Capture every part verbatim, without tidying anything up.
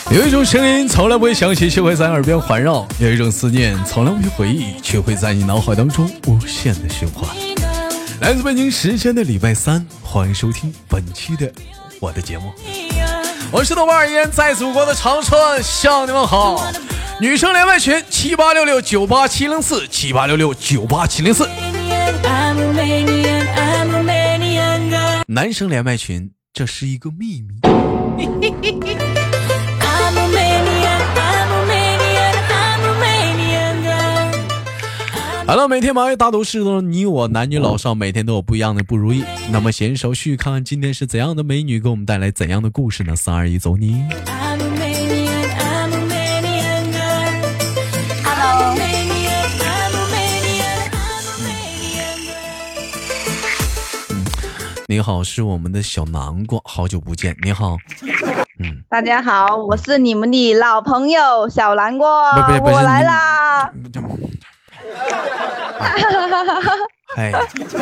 有一种声音从来不会响起，却会在耳边环绕；有一种思念从来不会回忆，却会在你脑海当中无限的循环。来自北京时间的礼拜三，欢迎收听本期的我的节目，我是豆瓣儿，依然在祖国的长春向你们好。女生连麦群七八六六九八七零四七八六六九八七零四，男生连麦群这是一个秘密。Hello， 每天忙于大都市的你我男女老少，每天都有不一样的不如意。那么闲手续看看今天是怎样的美女给我们带来怎样的故事呢？三二一，走你。 Hello， 你好，是我们的小南瓜，好久不见。你好， 嗯，大家好，我是你们的老朋友小南瓜， 不不不我来啦。 嗨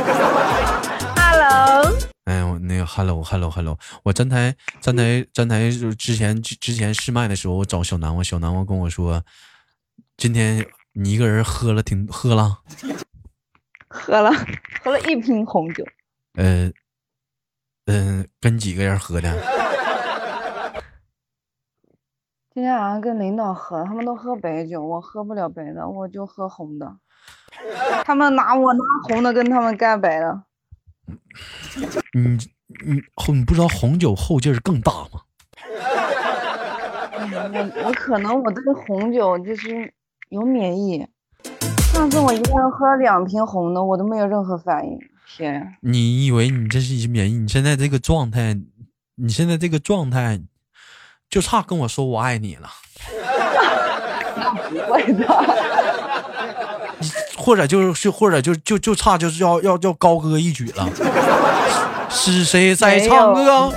，Hello， 哎，我那个 Hello Hello Hello， 我站台站台站台就之前之前试麦的时候，我找小南瓜，小南瓜跟我说，今天你一个人喝了挺喝了， 喝了喝了一瓶红酒， 呃嗯、呃，跟几个人喝的？ 今天晚上跟领导喝，他们都喝白酒，我喝不了白的，我就喝红的。他们拿我拿红的跟他们干白的。 你你你不知道红酒后劲儿更大吗？ 我我可能我对红酒就是有免疫。上次我一个人喝了两瓶红的，我都没有任何反应。天呀！ 你以为你这是免疫？你现在这个状态，你现在这个状态，就差跟我说我爱你了。 不会的。 或者就是或者就就就差就是要要要高歌一曲了。是谁在唱歌？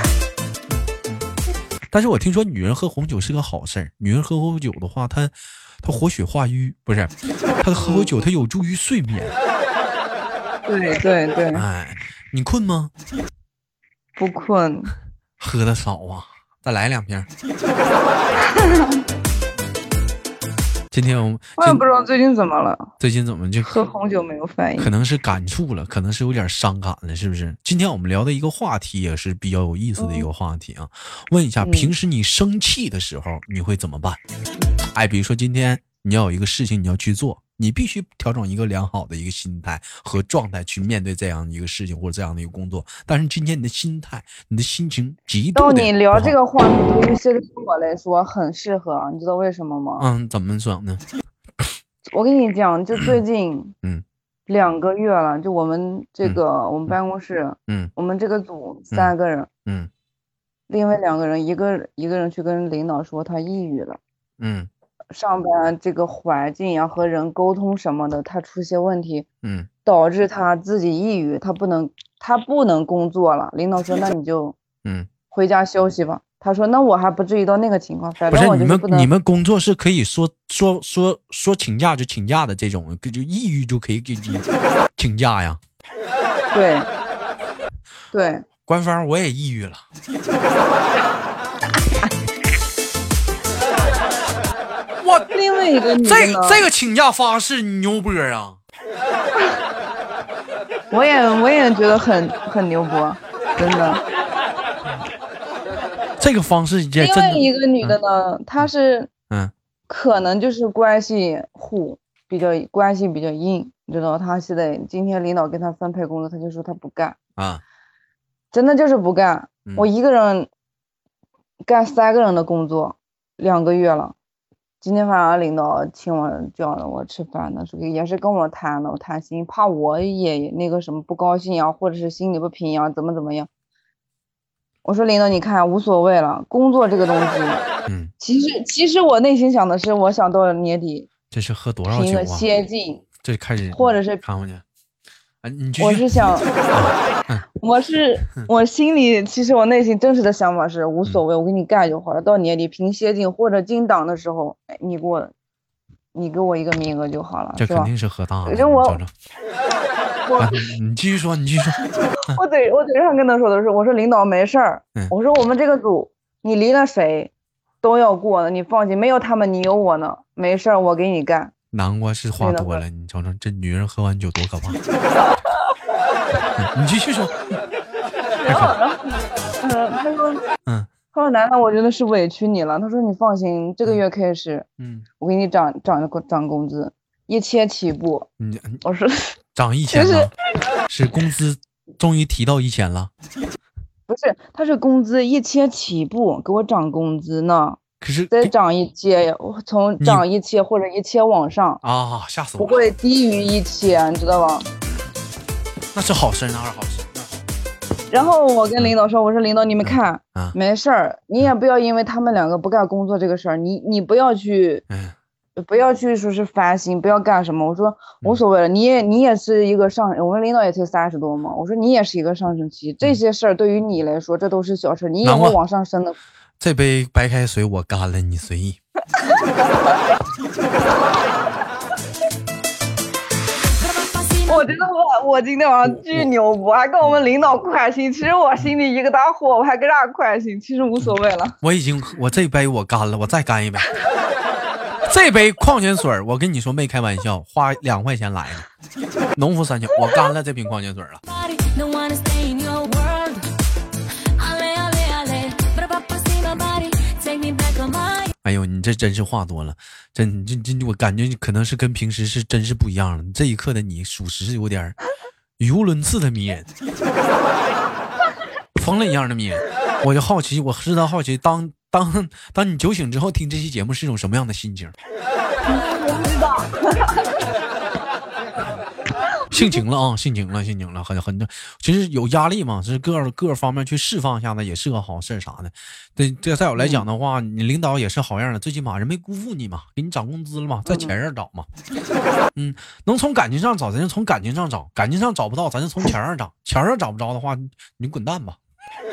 但是我听说女人喝红酒是个好事儿，女人喝红酒的话，她她活血化瘀，不是，她喝红酒它有助于睡眠。 对对对。 哎，你困吗？ 不困。 喝的少啊，再来两瓶。今天我们我也不知道最近怎么了， 最近怎么就喝红酒没有反应？ 可能是感触了，可能是有点伤感了，是不是？今天我们聊的一个话题也是比较有意思的一个话题啊。嗯、问一下，平时你生气的时候你会怎么办？哎，比如说今天你要有一个事情你要去做，你必须调整一个良好的一个心态和状态去面对这样一个事情或者这样的一个工作。但是今天你的心态、你的心情极度的。 到你聊这个话题，对于现在我来说很适合，你知道为什么吗？ 嗯，怎么说呢？ 我跟你讲，就最近， 嗯， 两个月了，就我们这个、嗯、我们办公室， 嗯， 我们这个组三个人， 嗯， 另外两个人，一个一个人去跟领导说他抑郁了， 嗯， 上班这个环境呀和人沟通什么的，他出些问题， 嗯， 导致他自己抑郁，他不能他不能工作了。领导说那你就嗯回家休息吧。他说那我还不至于到那个情况，反正我就是不能。 不是你们你们工作是可以说说说说请假就请假的这种，就抑郁就可以给你请假呀。 对对， 官方我也抑郁了。我另外一个女的这个这个请假方式牛波啊！ 我也我也觉得很很牛波，真的。 这个方式也另外一个女的呢，嗯、她是嗯，可能就是关系户比较关系比较硬，你知道，她现在今天领导给她分配工作，她就说她不干啊，真的就是不干。嗯、我一个人干三个人的工作，两个月了。今天晚上领导请我叫我吃饭的时候，也是跟我谈的，我谈心，怕我也那个什么不高兴啊，或者是心里不平啊，怎么怎么样。我说领导，你看无所谓了，工作这个东西，嗯，其实其实我内心想的是，我想到年底， 这是喝多少酒啊？ 歇尽， 这开始， 或者是看过去，啊，你我是想，我是我心里其实我内心真实的想法是无所谓，我给你干就好了。到年底凭歇尽或者进档的时候，哎，你给我，你给我一个名额就好了， 这肯定是喝大了。 就我。 我啊、你继续说，你继续说。 我嘴我嘴上跟他说的是，我说领导没事儿，嗯、我说我们这个组你离了谁， 都要过的，你放心，没有他们你有我呢，没事儿我给你干。 南瓜是话多了，你瞅瞅这女人喝完酒多可怕。你继续说。 然后，然后，嗯，他说，嗯，他说楠楠，我真的是委屈你了。他说你放心，这个月开始，嗯，我给你涨涨涨工资，一千起步。 嗯， 我说涨一千了，是工资终于提到一千了。 不是，他是工资一千起步，给我涨工资呢。 可是再涨一千，从涨一千或者一千往上啊，吓死我了！ 不会低于一千，你知道吧？ 那是好事，那是好事。 然后我跟领导说，我说领导你们看，嗯啊、没事儿，你也不要因为他们两个不干工作这个事儿，你你不要去，嗯、不要去说是烦心，不要干什么。我说无所谓了，你也你也是一个上，我们领导也才三十多嘛。我说你也是一个上升期，这些事儿对于你来说这都是小事，你以后往上升的。 这杯白开水我干了，你随意。 我觉得我我今天晚上巨牛，我还跟我们领导宽心，其实我心里一个大火，我还跟大家宽心，其实无所谓了。 我已经我这杯我干了，我再干一杯。这杯矿泉水我跟你说没开玩笑，花两块钱来的，农夫山泉，我干了这瓶矿泉水了。哎呦，你这真是话多了，真这这我感觉可能是跟平时是真是不一样了。这一刻的你，属实是有点语无伦次的迷人，疯了一样的迷人。我就好奇，我知道好奇，当当当你酒醒之后听这期节目是一种什么样的心情？性情了啊，性情了，性情了，很很，其实有压力嘛，是各各方面去释放一下子，也是个好事啥的。对，这在我来讲的话，你领导也是好样的，最起码人没辜负你嘛，给你涨工资了嘛，在钱上找嘛。嗯，能从感情上找，咱就从感情上找；感情上找不到，咱就从钱上找；钱上找不着的话，你滚蛋吧，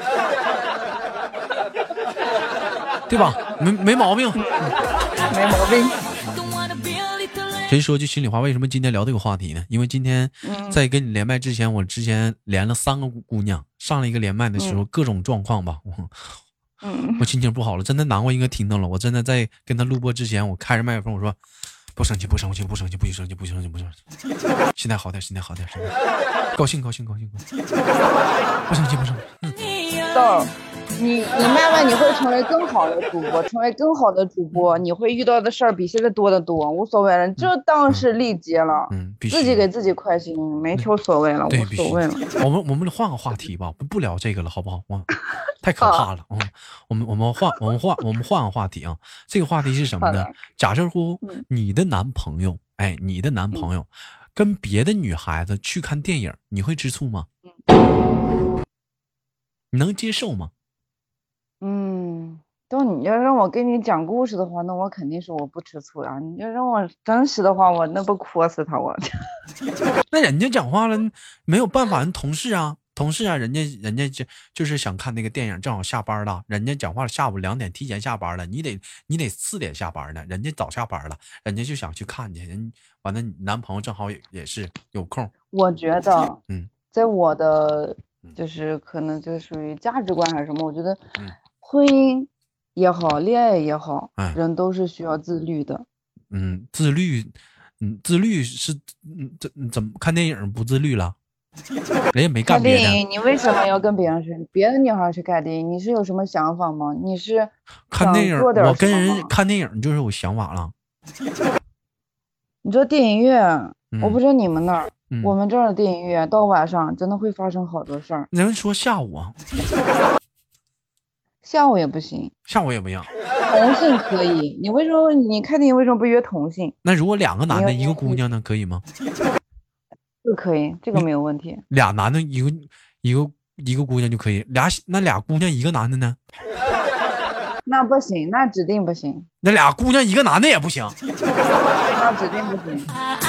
对吧？没没毛病， 没毛病。 谁说句心里话，为什么今天聊这个话题呢？因为今天在跟你连麦之前，我之前连了三个姑娘，上了一个连麦的时候，各种状况吧，我我心情不好了，真的难过，应该听到了。我真的在跟他录播之前，我开着麦克风，我说不生气，不生气，不生气，不许生气，不许生气，不许生气。现在好点，现在好点，现在高兴，高兴，高兴，高兴。不生气，不生气。嗯。 豆，你你慢慢你会成为更好的主播，成为更好的主播，你会遇到的事儿比现在多得多，无所谓了，就当是历劫了，嗯，嗯自己给自己宽心，没求所谓了，无所谓了。 我们我们换个话题吧，不聊这个了，好不好？哇，太可怕了，嗯，我们我们换我们换我们换个话题啊，这个话题是什么呢？假设乎你的男朋友，哎，你的男朋友跟别的女孩子去看电影，你会吃醋吗？你能接受吗？ 嗯，都你要让我跟你讲故事的话，那我肯定是我不吃醋呀。你要让我真实的话，我那不哭死他我。 那人家讲话了，没有办法，人同事啊，同事啊，人家人家就就是想看那个电影，正好下班了，人家讲话下午两点提前下班了，你得你得四点下班呢，人家早下班了，人家就想去看去，人完了，你男朋友正好也也是有空。 我觉得，嗯，在我的就是可能就属于价值观还是什么，我觉得。嗯婚姻也好，恋爱也好，哎、人都是需要自律的。 嗯，自律，嗯，自律是，嗯，怎怎么看电影不自律了？人也没干别的。 看电影，你为什么要跟别人去？别的女孩去看电影，你是有什么想法吗？你是看电影，我跟人看电影就是有想法了。 你说电影院，嗯、我不知道你们那儿，嗯、我们这儿的电影院到晚上真的会发生好多事儿。 人说下午啊。 下午也不行， 下午也不行。 同性可以，你为什么你看电影为什么不约同性？ 那如果两个男的一个姑娘呢，可以吗？ 这可以，这个没有问题。 俩男的一个一个一个姑娘就可以，俩那俩姑娘一个男的呢？ 那不行，那指定不行。 那俩姑娘一个男的也不行， 那指定不行。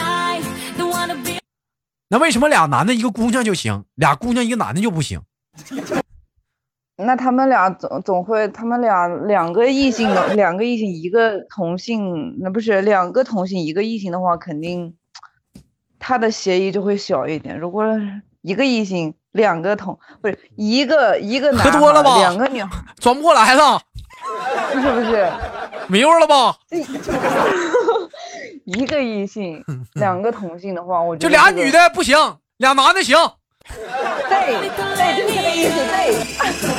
那为什么俩男的一个姑娘就行，俩姑娘一个男的就不行？ 那他们俩总总会，他们俩两个异性的，两个异性一个同性，那不是两个同性一个异性的话，肯定他的协议就会小一点。如果一个异性两个同不是一个一个男喝多了吧， 两个女孩转不过来了。 是不是？ 没味了吧？ 一个异性，两个同性的话，我觉得、 这个、就俩女的不行，俩男的行。 对对，就是这个意思，对。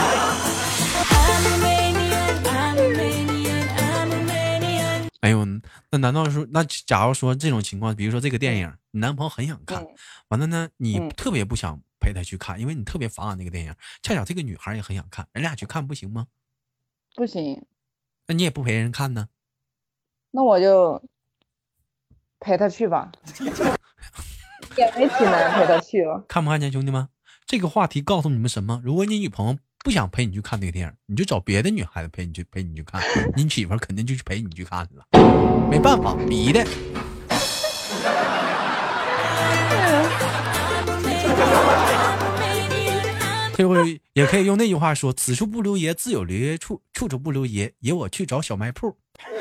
哎呦，那难道说，那假如说这种情况，比如说这个电影，你男朋友很想看，完了呢，你特别不想陪他去看，因为你特别烦那个电影，恰巧这个女孩也很想看，人俩去看不行吗？ 不行。 那你也不陪人看呢？ 那我就陪他去吧，也没挺难陪他去了。 看不看见兄弟们？这个话题告诉你们什么？如果你女朋友不想陪你去看那个电影，你就找别的女孩子陪你去陪你去看，你媳妇肯定就去陪你去看了，没办法，逼的。这回也可以用那句话说：此处不留爷，自有留爷处；处处不留爷，爷我去找小卖铺。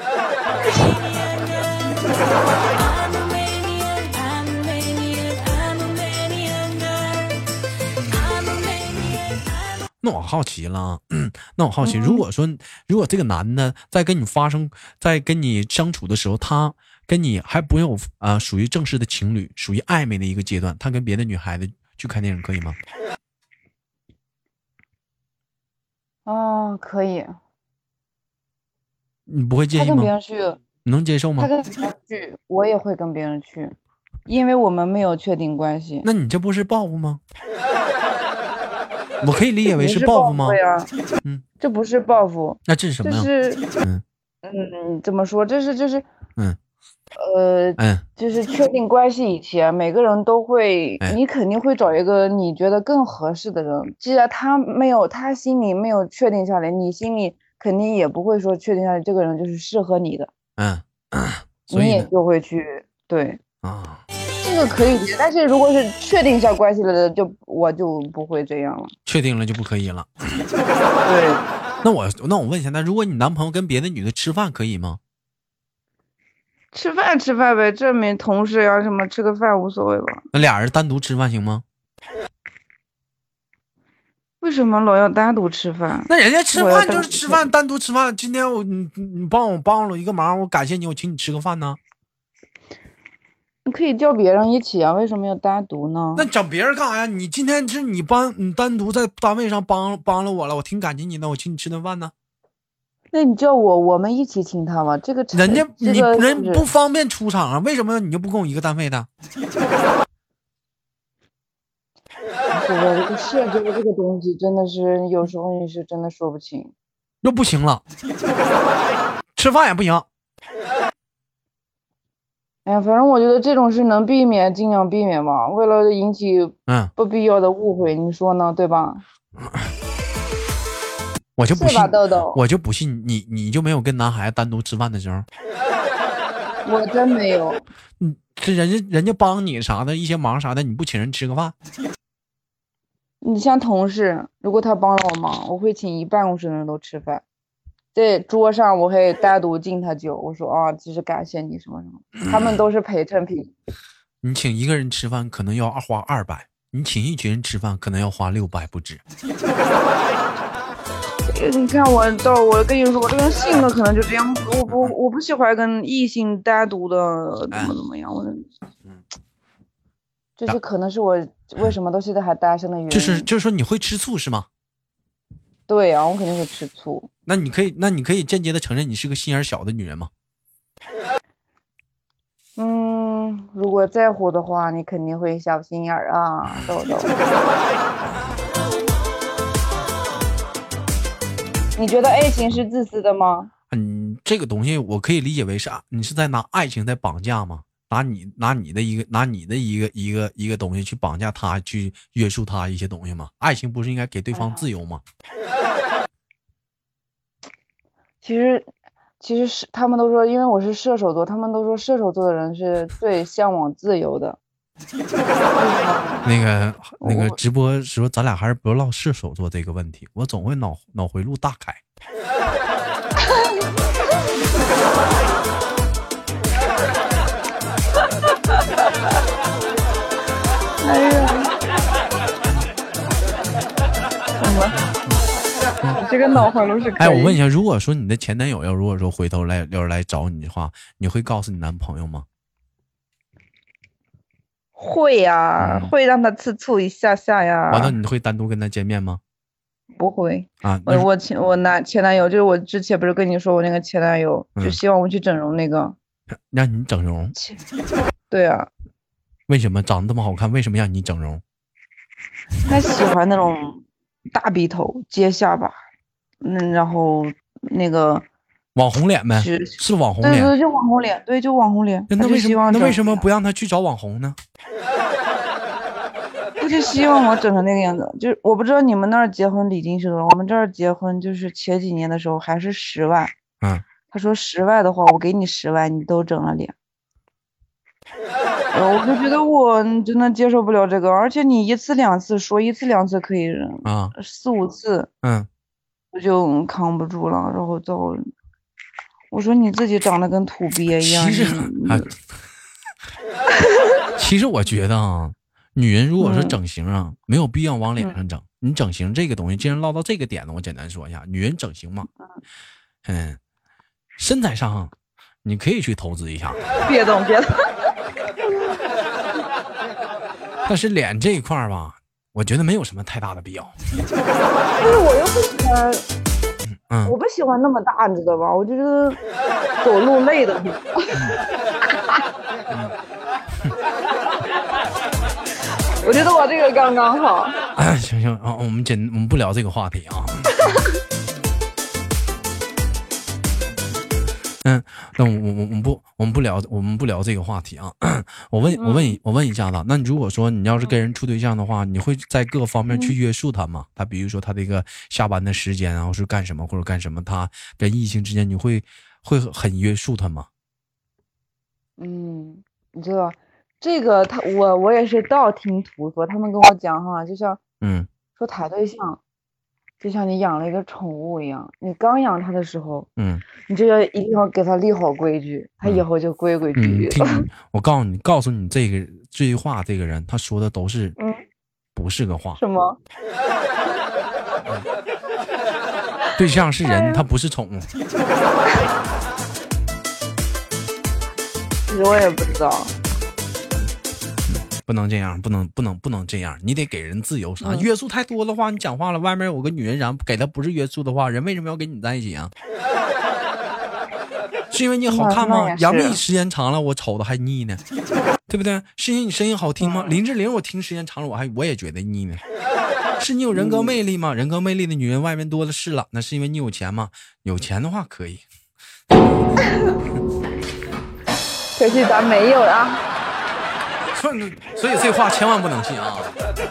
那我好奇了，嗯，那我好奇，如果说，如果这个男的在跟你发生，在跟你相处的时候，他跟你还不有啊、呃，属于正式的情侣，属于暧昧的一个阶段，他跟别的女孩子去看电影可以吗？ 哦，可以。 你不会介意吗？ 他跟别人去， 你能接受吗？ 他跟别人去，我也会跟别人去，因为我们没有确定关系。 那你这不是报复吗？我可以理解为是报复吗？ 对啊，嗯，这不是报复， 那这是什么呀？ 这是，嗯嗯，怎么说？这是，这是， 嗯， 呃，嗯，就是确定关系以前，每个人都会， 哎、 你肯定会找一个你觉得更合适的人。既然他没有，他心里没有确定下来，你心里肯定也不会说确定下来这个人就是适合你的。 嗯，所以你也就会去对啊。 这个可以理解，但是如果是确定下关系了的，就我就不会这样了。 确定了就不可以了。 对， 那我那我问一下，那如果你男朋友跟别的女的吃饭可以吗？ 吃饭吃饭呗，这没同事呀、啊，什么吃个饭无所谓吧。 那俩人单独吃饭行吗？ 为什么老要单独吃饭？ 那人家吃饭就是吃饭，单独吃饭。今天我你你帮我帮了一个忙，我感谢你，我请你吃个饭呢。 你可以叫别人一起啊，为什么要单独呢？ 那找别人干啥呀？你今天是你帮你单独在单位上帮帮了我了，我挺感激你的，我请你吃顿饭呢。 那你叫我，我们一起请他吧。这个人家、 这个、 你人不方便出场啊？为什么你就不跟我一个单位的？ 是的，这个设置的这个东西真的是有时候你是真的说不清。 又不行了，吃饭也不行。 哎呀，反正我觉得这种事能避免尽量避免吧，为了引起不必要的误会，嗯、你说呢？对吧？ 我就不信， 豆豆我就不信你，你就没有跟男孩子单独吃饭的时候？ 我真没有。 嗯，这人家人家帮你啥的一些忙啥的，你不请人吃个饭？ 你像同事，如果他帮了我忙，我会请一办公室的人都吃饭。在桌上我会单独敬他酒，我说啊，其实感谢你什么什么，他们都是陪衬品。 你请一个人吃饭可能要花二百，你请一群人吃饭可能要花六百不止。 你看我到我跟你说，我这个人性格可能就这样，我不我不喜欢跟异性单独的怎么怎么样，我嗯，这是可能是我为什么到现在还单身的原因。 就是就是说你会吃醋是吗？ 对啊，我肯定会吃醋。 那你可以，那你可以间接的承认你是个心眼小的女人吗？ 嗯，如果在乎的话，你肯定会小心眼儿啊，豆豆。你觉得爱情是自私的吗？ 嗯，这个东西我可以理解为是你是在拿爱情在绑架吗？拿你拿你的一个拿你的一个一个一个东西去绑架他，去约束他一些东西吗？爱情不是应该给对方自由吗？ 其实，其实是他们都说，因为我是射手座，他们都说射手座的人是最向往自由的。 那个那个直播说，咱俩还是不要唠射手座这个问题，我总会脑脑回路大开。 哎呀，怎么？ 这个脑回路是可以。 哎，我问一下，如果说你的前男友要如果说回头来要是来找你的话，你会告诉你男朋友吗？ 会呀、嗯，会让他吃醋一下下呀。 完了，你会单独跟他见面吗？ 不会啊。 我我前我男前男友就是我之前不是跟你说我那个前男友、嗯、就希望我去整容那个。 让你整容？ 对啊。 为什么长得这么好看？为什么让你整容？ 他喜欢那种大鼻头、接下巴，嗯，然后那个。 网红脸呗，是, 是网红脸， 对对，就网红脸，对，就网红脸。 那为什么那为什么不让他去找网红呢？ 他就希望我整成那个样子。就是我不知道你们那儿结婚礼金是多少，我们这儿结婚就是前几年的时候还是十万。 嗯， 他说十万的话，我给你十万，你都整了脸。我就觉得我真的接受不了这个，而且你一次两次说一次两次可以啊， 四五次， 嗯， 我就扛不住了，然后就。我说你自己长得跟土鳖一样。 其实，啊、其实我觉得啊，女人如果说整形啊，嗯、没有必要往脸上整。嗯、你整形这个东西，既然唠到这个点了，我简单说一下，女人整形嘛，嗯，身材上你可以去投资一下。 别动，别动。 但是脸这一块吧，我觉得没有什么太大的必要。 但是我又不喜欢。 嗯， 我不喜欢那么大，你知道吧？我觉得走路累的。我觉得我这个刚刚好。 哎，行行啊，我们简我们不聊这个话题啊。嗯，那我我我们不我们不聊我们不聊这个话题啊。我问我问我问一下子，那你如果说你要是跟人处对象的话，你会在各方面去约束他吗？他比如说他这个下班的时间啊，或是干什么或者干什么，他跟异性之间你会会很约束他吗？ 嗯，你知道这个他我我也是道听途说，他们跟我讲哈，就像嗯说谈对象。就像你养了一个宠物一样，你刚养它的时候， 嗯， 你就要一定要给它立好规矩，它以后就规规矩矩的。 嗯、我告诉你，告诉你这个这句话，这个人他说的都是， 嗯， 不是个话。 什么？ 嗯、对象是人，他不是宠物。 其实我也不知道。 不能这样，不能不能不能这样，你得给人自由啥、嗯、约束太多的话，你讲话了，外面有个女人，然后给他不是约束的话，人为什么要跟你在一起啊？是因为你好看吗？杨幂时间长了，我瞅的还腻呢，对不对？是因为你声音好听吗？嗯、林志玲我听时间长了，我还我也觉得腻呢。是你有人格魅力吗？嗯、人格魅力的女人外面多的是了，那是因为你有钱吗？有钱的话可以。 可惜咱没有啊。 所以这话千万不能信啊！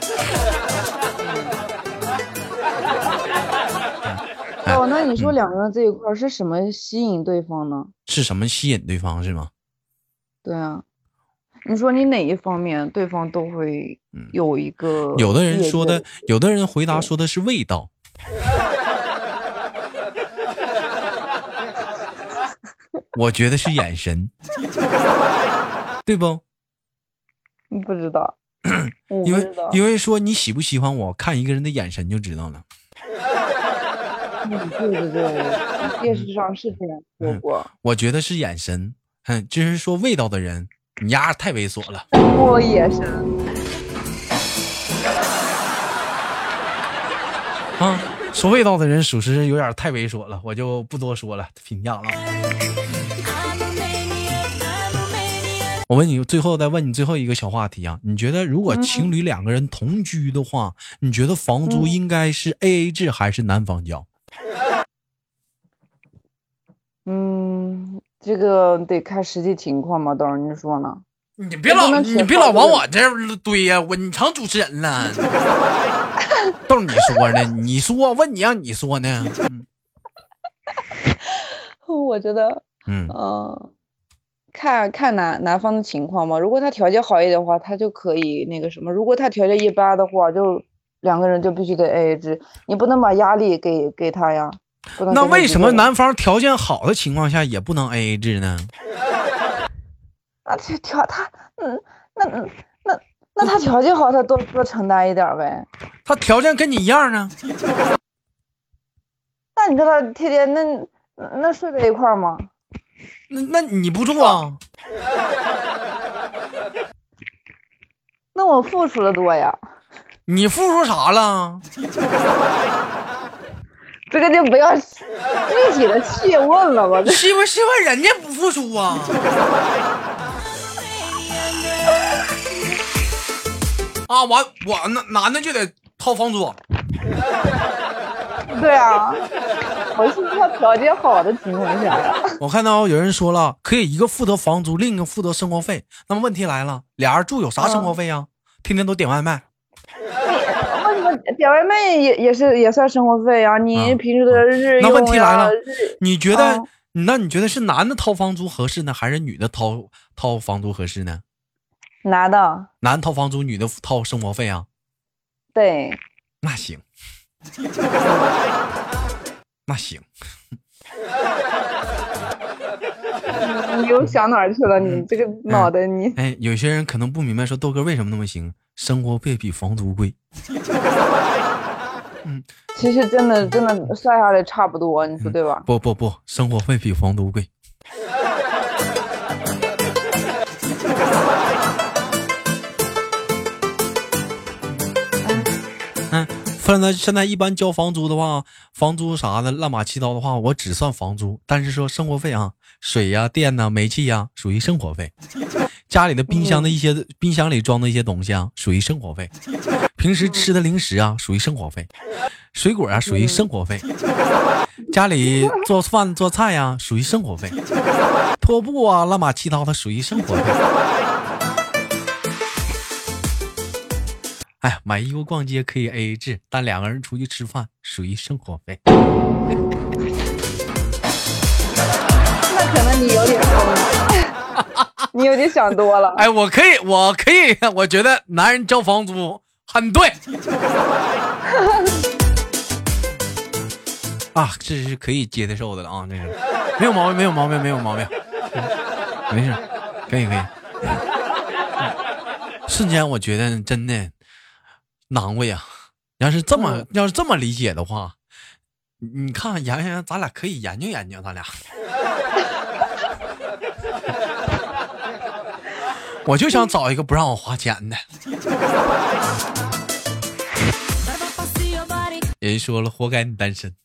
哦，那你说两个人这一块是什么吸引对方呢？ 是什么吸引对方是吗？ 对啊，你说你哪一方面对方都会有一个、 嗯？有的人说的，有的人回答说的是味道。我觉得是眼神，对不？ 不知道， 因为因为说你喜不喜欢我，看一个人的眼神就知道了。 嗯，对对对，电视上是这样说过、 嗯。我觉得是眼神，嗯，就是说味道的人，你丫太猥琐了。 我也是。 啊，说味道的人属实有点太猥琐了，我就不多说了，评价了。我问你，最后再问你最后一个小话题啊，你觉得如果情侣两个人同居的话，嗯、你觉得房租应该是 A A 制还是男方交？ 嗯，这个得看实际情况嘛，到时候你说呢？ 你别老你别老往我这儿堆呀、啊，我你成主持人了。都是你说呢，你说问你让你说呢。嗯、 我觉得，嗯。呃看看男男方的情况嘛，如果他条件好一点的话，他就可以那个什么；如果他条件一般的话，就两个人就必须得 A A 制，你不能把压力给给他呀。不能那为什么男方条件好的情况下也不能 A A 制呢？ 啊，这条他嗯，那那那他条件好，他多多承担一点呗。 他条件跟你一样呢。 知道天天那那睡在一块儿吗？ 那那你不住啊？ 那我付出的多呀。 你付出啥了？ 这个就不要具体的细问了吧。 细问细问，人家不付出啊。啊，完我那男的就得掏房租。 对啊，我是他条件好的情况下呀。 我看到有人说了，可以一个负责房租，另一个负责生活费。那么问题来了，俩人住有啥生活费呀？嗯、天天都点外卖。 为什么点外卖也也是也算生活费啊？你平时的日用呀、啊、 那问题来了， 日你觉得、 啊、 那你觉得是男的掏房租合适呢，还是女的掏掏房租合适呢？ 男的， 男掏房租，女的掏生活费啊？ 对， 那行，那行。 你又想哪儿去了？你这个脑袋你、 嗯、哎，有些人可能不明白，说豆哥为什么那么行？生活费比房租贵。 嗯，其实真的真的算下来差不多，你说对吧？ 嗯、不不不，生活费比房租贵。嗯，现在现在一般交房租的话，房租啥的乱码七糟的话，我只算房租。但是说生活费啊，水呀、啊、电呐、啊、煤气呀、啊，属于生活费。家里的冰箱的一些、嗯、冰箱里装的一些东西啊，属于生活费。平时吃的零食啊，属于生活费。水果啊，属于生活费。家里做饭做菜呀、啊，属于生活费。拖布啊，乱码七糟的，属于生活费。哎呀，买衣服逛街可以 A A 制，但两个人出去吃饭属于生活费。 那可能你有点疯，你有点想多了。 哎，我可以，我可以，我觉得男人交房租很对。啊，这是可以接得受的了啊，这个没有毛病，没有毛病，没有毛病，嗯、没事，可以可以。嗯、瞬间我觉得真的。难为啊！要是这么、嗯、要是这么理解的话，你看看研研，咱俩可以研究研究，咱俩。我就想找一个不让我花钱的。人说了，活该你单身。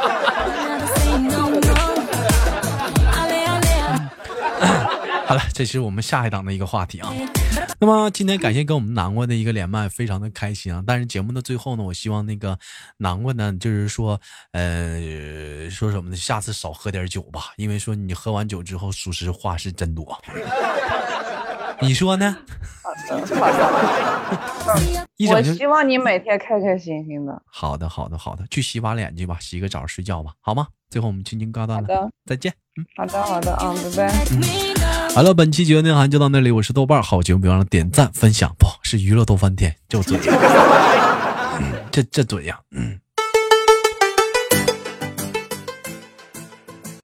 好了，这是我们下一档的一个话题啊。那么今天感谢跟我们南瓜的一个连麦，非常的开心啊。但是节目的最后呢，我希望那个南瓜呢，就是说，呃，说什么呢？下次少喝点酒吧，因为说你喝完酒之后，说实话是真多。你说呢？ 好的，好的。我希望你每天开开心心的。 好的，好的，好的。去洗把脸去吧，洗个澡睡觉吧，好吗？最后我们轻轻告断了，好的，再见。 嗯，好的，好的啊，拜拜。 嗯，好了，本期节目内涵就到那里，我是豆瓣，好节目别忘了点赞分享，不是娱乐逗翻天，就这样。嗯，这这这样，嗯。